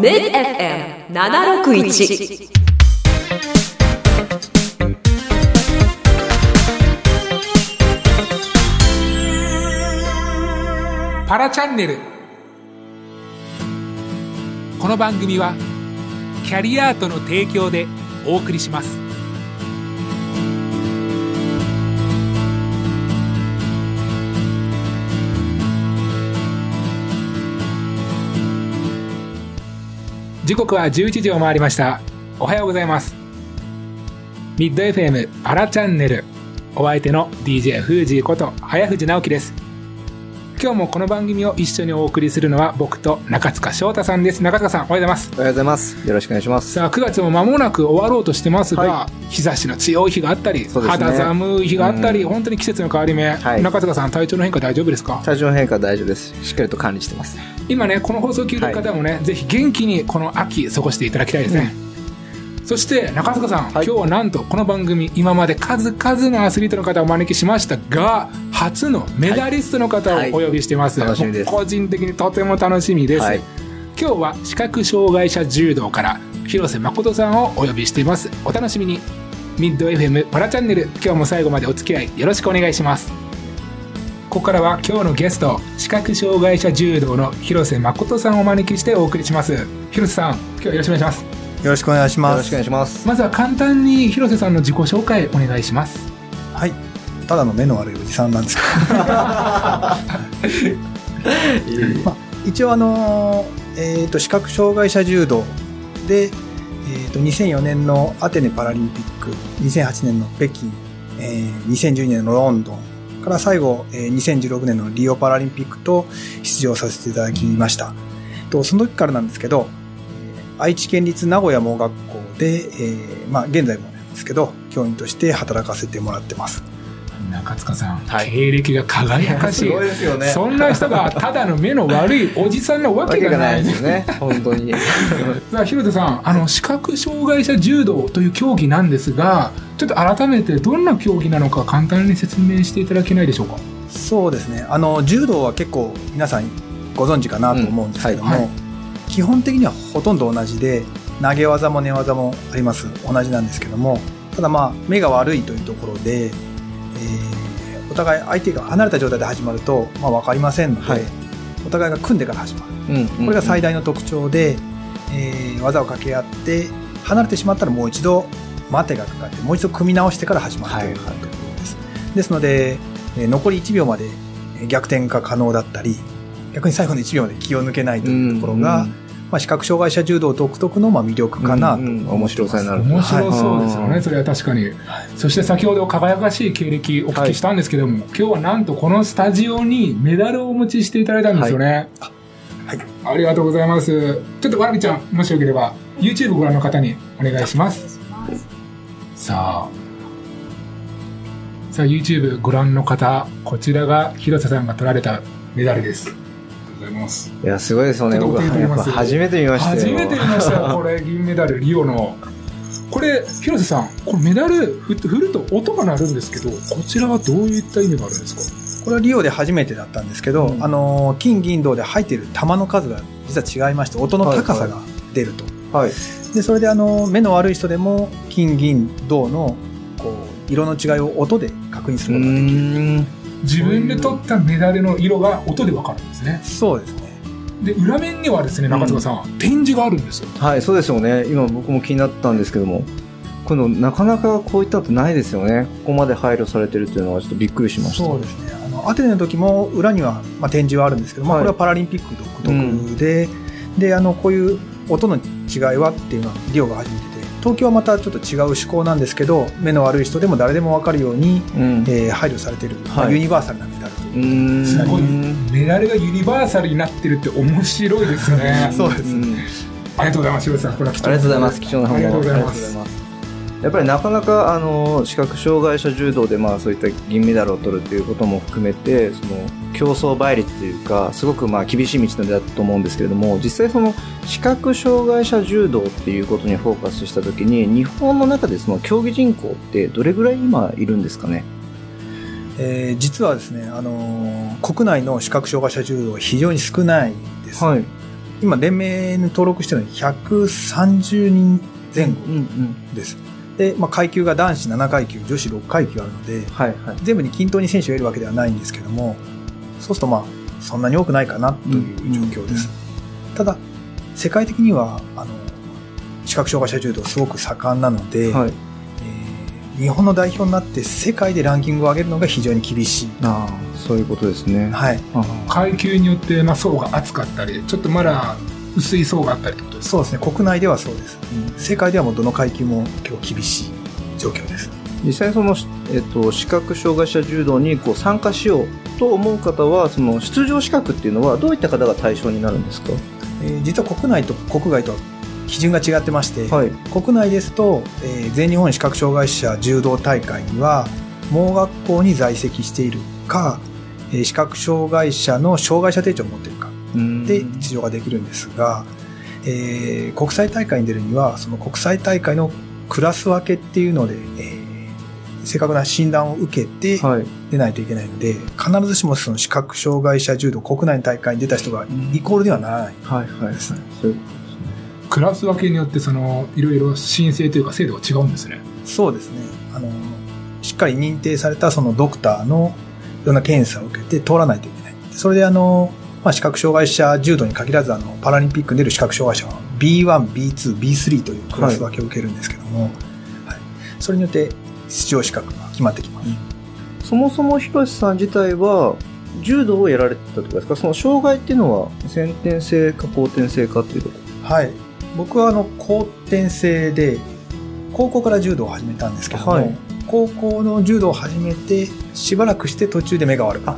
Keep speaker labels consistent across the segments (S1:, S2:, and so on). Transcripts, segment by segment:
S1: MIDFM761。
S2: パラチャンネル。この番組はキャリアートの提供でお送りします。時刻は11時を回りました。おはようございます。ミッド FM パラチャンネル、お相手の DJ フージーこと早藤直樹です。今日もこの番組を一緒にお送りするのは僕と中塚翔太さんです。中塚さん、おはようございます。
S3: おはようございます。よろしくお願いします。
S2: さあ、9月も間もなく終わろうとしてますが、はい、日差しの強い日があったり、肌寒い日があったり、本当に季節の変わり目、はい、中塚さん、体調の変化大丈夫ですか？
S3: 体調の変化大丈夫です。しっかりと管理してます。
S2: 今ね、この放送を聞いてる方もね、はい、ぜひ元気にこの秋過ごしていただきたいですね。そして中塚さん、はい、今日はなんとこの番組、今まで数々のアスリートの方をお招きしましたが、初のメダリストの方をお呼びしてます。はいはい、楽しみです。個人的にとても楽しみです。はい、今日は視覚障害者柔道から広瀬誠さんをお呼びしています。お楽しみに。ミッド FM パラチャンネル、今日も最後までお付き合いよろしくお願いします。ここからは今日のゲスト、視覚障害者柔道の広瀬誠さんをお招きしてお送りします。広瀬さん、今日はよろしくお願いします。
S4: よろしくお願いします。
S3: よろしくお願いします。
S2: まずは簡単に広瀬さんの自己紹介お願いします。
S4: はい、ただの目の悪いおじさんなんですけど一応視覚障害者柔道で、2004年のアテネパラリンピック、2008年の北京、2012年のロンドンから最後、2016年のリオパラリンピックと出場させていただきました。その時からなんですけど、愛知県立名古屋盲学校で、現在もなんですけど、教員として働かせてもらってます。
S2: 中塚さん、はい、経歴が輝かしい。
S3: すごいですよね。
S2: そんな人がただの目の悪いおじさんなわけがない
S3: ですね。本当に。
S2: さあ、広瀬さん、視覚障害者柔道という競技なんですが、ちょっと改めてどんな競技なのか簡単に説明していただけないでしょうか？
S4: そうですね。柔道は結構皆さんご存知かなと思うんですけども、はいはい、基本的にはほとんど同じで、投げ技も寝技もあります。同じなんですけども、ただ目が悪いというところで、お互い相手が離れた状態で始まると、分かりませんので、はい、お互いが組んでから始まる、これが最大の特徴で、技を掛け合って離れてしまったらもう一度待てがかかってもう一度組み直してから始まるというところです。ですので、残り1秒まで逆転が可能だったり、逆に最後の1秒まで気を抜けないというところが、視覚障害者柔道独特の魅力かなと思います。
S3: 面白さになる。
S2: 面白そうですよね、それは確かに。そして先ほど輝かしい経歴お聞きしたんですけども、今日はなんとこのスタジオにメダルをお持ちしていただいたんですよね。はい、ありがとうございます。ちょっとわらびちゃん、もしよければ YouTube ご覧の方にお願いします。さあ YouTube ご覧の方、こちらが広瀬さんが取られたメダルです。
S3: いや、すごいですよね。僕は初めて見ましたよ。
S2: 初めて見ましたよ。これ銀メダル、リオの。これ広瀬さん、このメダル振ると音が鳴るんですけど、こちらはどういった意味があるんですか？
S4: これはリオで初めてだったんですけど、金銀銅で入っている玉の数が実は違いまして、音の高さが出ると、はいはい、でそれで目の悪い人でも金銀銅の色の違いを音で確認することができる。
S2: 自分で取ったメダルの色が音で分かるんですね。
S4: そうですね。
S2: で、裏面にはですね、中塚さん、展示があるんですよ。
S3: はい、そうですよね。今僕も気になったんですけども、今度なかなかこういったのってないですよね。ここまで配慮されてるっていうのはちょっとびっくりしました。
S4: そうですね。アテネの時も裏には展示はあるんですけども、これはパラリンピック独特で、でこういう音の違いはっていうのはリオが初めてで、東京はまたちょっと違う趣向なんですけど、目の悪い人でも誰でも分かるように、配慮されている、ユニバーサルなメダルという。
S2: すごい。メダルがユニバーサルになってるって面白いですね。
S4: そうですね。
S2: ありがとうございます。広瀬さん、これは貴重な。
S3: ありがとうございます。貴重な話。ありがとうございます。やっぱりなかなか視覚障害者柔道でそういった銀メダルを取るということも含めて、その競争倍率というかすごく厳しい道のりだと思うんですけれども、実際その視覚障害者柔道っていうことにフォーカスしたときに、日本の中でその競技人口ってどれぐらい今いるんですかね？
S4: 実はですね、国内の視覚障害者柔道は非常に少ないです。はい、 今連盟に登録してるのに130人前後です。で、階級が男子7階級、女子6階級あるので、全部に均等に選手がいるわけではないんですけども、そうするとそんなに多くないかなという状況です。ただ、世界的には、視覚障害者柔道すごく盛んなので、日本の代表になって世界でランキングを上げるのが非常に厳しい。
S3: そういうことですね。
S2: 階級によって層が厚かったり、ちょっとまだ薄い層があったりってことですか？
S4: そうですね。国内ではそうです。世界ではもうどの階級も結構厳しい状況です。
S3: 実際視覚障害者柔道に参加しようと思う方は、その出場資格っていうのはどういった方が対象になるんですか？
S4: 実は国内と国外と基準が違ってまして、国内ですと、全日本視覚障害者柔道大会には盲学校に在籍しているか、視覚障害者の障害者手帳を持っているかで出場ができるんですが、国際大会に出るにはその国際大会のクラス分けっていうので、正確な診断を受けて出ないといけないので、必ずしもその視覚障害者柔道国内の大会に出た人がイコールではないですね。
S2: クラス分けによっていろいろ申請というか制度が違うんですね。
S4: そうですね。しっかり認定されたそのドクターのいろんな検査を受けて通らないといけない。それで視覚障害者柔道に限らずパラリンピックに出る視覚障害者は B1、B2、B3 というクラス分けを受けるんですけども、それによって出場資格が決まってきます。
S3: そもそも広瀬さん自体は柔道をやられてたとかですか？その障害っていうのは先天性か後天性かということ？
S4: 僕は後天性で高校から柔道を始めたんですけども、高校の柔道を始めてしばらくして途中で目が悪くなった。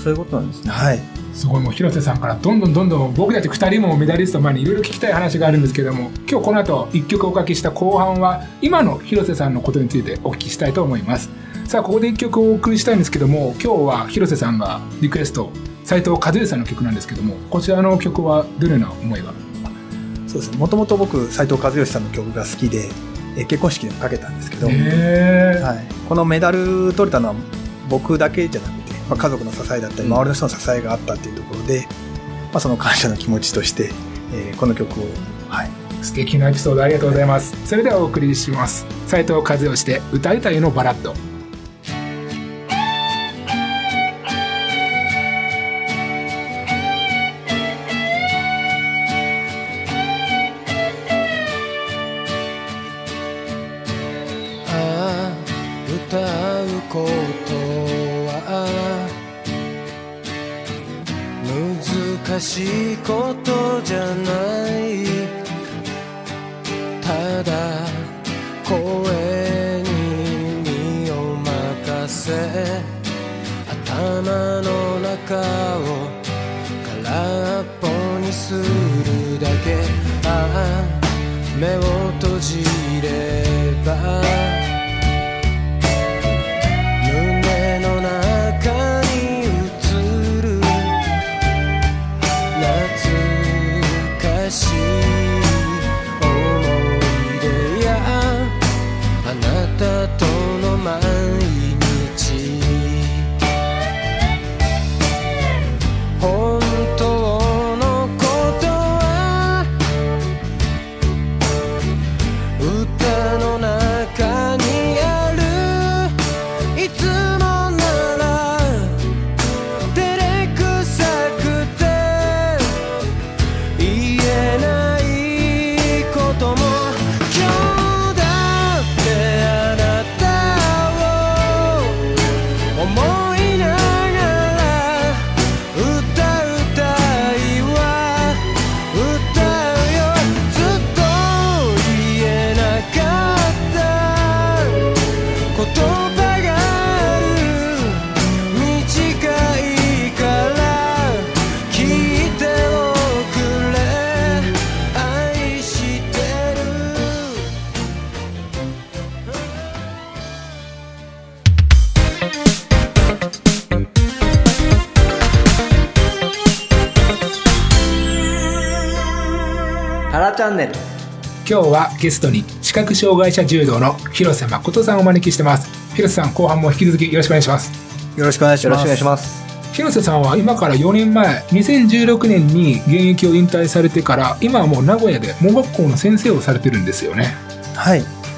S3: そういうことなんですね。
S2: すごい。もう広瀬さんからどんどん僕たち2人もメダリスト前にいろいろ聞きたい話があるんですけども、今日この後1曲おかけした後半は今の広瀬さんのことについてお聞きしたいと思います。さあ、ここで1曲お送りしたいんですけども、今日は広瀬さんがリクエスト斉藤和義さんの曲なんですけども、こちらの曲はどのような思いが？
S4: そうですね。もともと僕斉藤和義さんの曲が好きで、結婚式でもかけたんですけど、このメダル取れたのは僕だけじゃなくて、家族の支えだったり周りの人の支えがあったっていうところで、その感謝の気持ちとして、この曲を、
S2: 素敵なエピソードありがとうございます。それではお送りします。斉藤和義で歌いたいのバラッド。
S5: 歌うことは難しいことじゃない。ただ声に身を任せ、頭の中を空っぽにするだけ。目を閉じれば
S3: タラチャンネル。
S2: 今日はゲストに視覚障害者柔道の広瀬誠さんをお招きしてます。広瀬さん、後半も引き続きよろしくお願いします。
S4: よろしくお願いします。
S3: よろしくお願いします。
S2: 広瀬さんは今から4年前2016年に現役を引退されてから今はもう名古屋で盲学校の先生をされてるんですよね。
S4: はい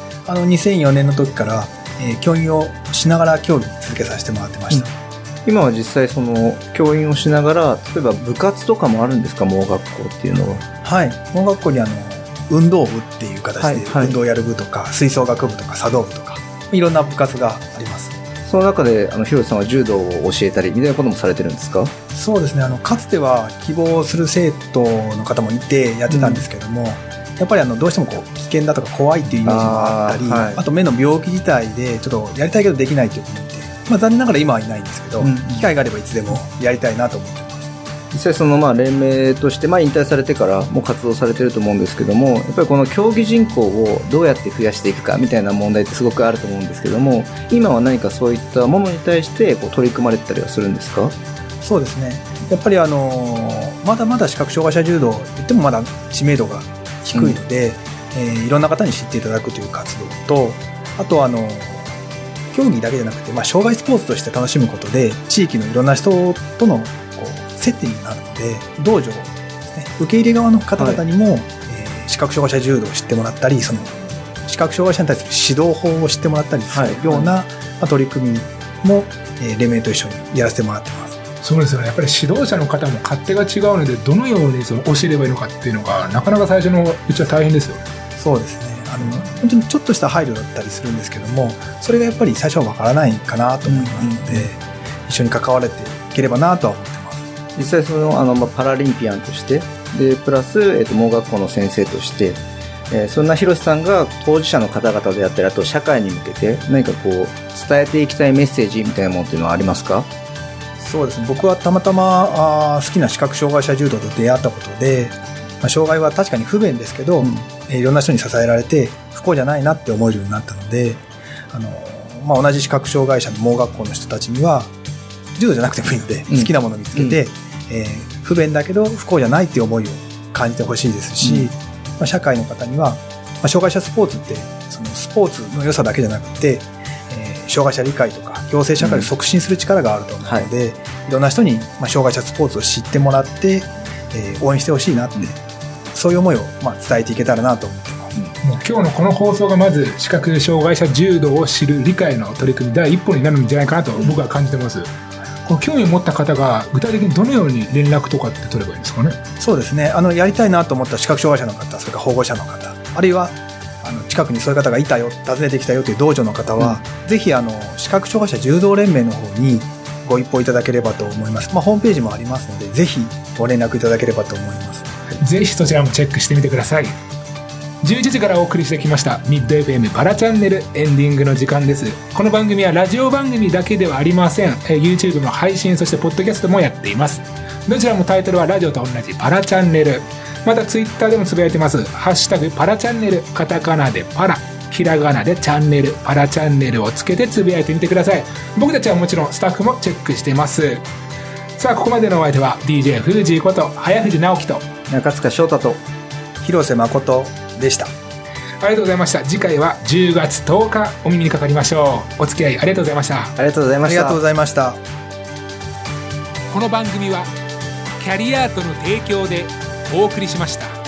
S4: 、2004年の時から、教員をしながら競技続けさせてもらってました。
S3: 今は実際その教員をしながら、例えば部活とかもあるんですか、盲学校っていうのは。
S4: はい、盲学校に運動部っていう形で、運動やる部とか吹奏楽部とか茶道部とかいろんな部活があります。
S3: その中で広瀬さんは柔道を教えたりみたいなこともされてるんですか？
S4: そうですね、かつては希望する生徒の方もいてやってたんですけども、やっぱりどうしても危険だとか怖いっていうイメージがあったり、あと目の病気自体でちょっとやりたいけどできないっていう子もいて、残念ながら今はいないんですけど、機会があればいつでもやりたいなと思ってます。
S3: 実際その連盟として引退されてからも活動されてると思うんですけども、やっぱりこの競技人口をどうやって増やしていくかみたいな問題ってすごくあると思うんですけども、今は何かそういったものに対して取り組まれてたりはするんですか？
S4: そうですね、やっぱりまだまだ視覚障害者柔道言ってもまだ知名度が低いので、いろんな方に知っていただくという活動と、あと競技だけじゃなくて、障害スポーツとして楽しむことで地域のいろんな人との接点になるので、道場ですね、受け入れ側の方々にも、視覚障害者柔道を知ってもらったり、その視覚障害者に対する指導法を知ってもらったりするような、取り組みも、連盟と一緒にやらせてもらってます。
S2: そうですよね。やっぱり指導者の方も勝手が違うので、どのように教えればいいのかっていうのがなかなか最初のうちは大変ですよね。
S4: そうですね、本当にちょっとした配慮だったりするんですけども、それがやっぱり最初は分からないかなと思いますので、一緒に関われていければなとは思ってます。
S3: 実際そのパラリンピアンとしてでプラス、盲学校の先生として、そんな広瀬さんが当事者の方々であったり、あと社会に向けて何か伝えていきたいメッセージみたいなものっていうのはありますか？
S4: そうですね、僕はたまたま好きな視覚障害者柔道と出会ったことで、障害は確かに不便ですけど、いろんな人に支えられて不幸じゃないなって思えるようになったので、同じ視覚障害者の盲学校の人たちには柔道じゃなくてもいいので、好きなものを見つけて、不便だけど不幸じゃないっていう思いを感じてほしいですし、社会の方には、障害者スポーツってそのスポーツの良さだけじゃなくて、障害者理解とか行政社会を促進する力があると思うので、いろんな人に、障害者スポーツを知ってもらって、応援してほしいなって、そういう思いを、伝えていけたらなと思ってます。
S2: もう今日のこの放送がまず視覚障害者柔道を知る理解の取り組み第一歩になるんじゃないかなと僕は感じてます。この興味を持った方が具体的にどのように連絡とかって取ればいいんですかね？
S4: そうですね、やりたいなと思った視覚障害者の方、それから保護者の方、あるいは近くにそういう方がいたよ、訪ねてきたよという道場の方は、ぜひ視覚障害者柔道連盟の方にご一報いただければと思います。ホームページもありますので、ぜひご連絡いただければと思います。
S2: ぜひそちらもチェックしてみてください。11時からお送りしてきましたミッド FM パラチャンネルエンディングの時間です。この番組はラジオ番組だけではありません。YouTube の配信、そしてポッドキャストもやっています。どちらもタイトルはラジオと同じパラチャンネル。また Twitter でもつぶやいてます。ハッシュタグパラチャンネル、カタカナでパラ、ひらがなでチャンネル、パラチャンネルをつけてつぶやいてみてください。僕たちはもちろんスタッフもチェックしてます。さあ、ここまでのお相手は DJ フージーこと早藤直樹と
S3: 中塚翔太と
S4: 広瀬誠でした。
S2: ありがとうございました。次回は10月10日お耳にかかりましょう。お付き合いありがとうございました。
S3: ありがとうございました。
S4: ありがとうございました。
S2: この番組はキャリアートの提供でお送りしました。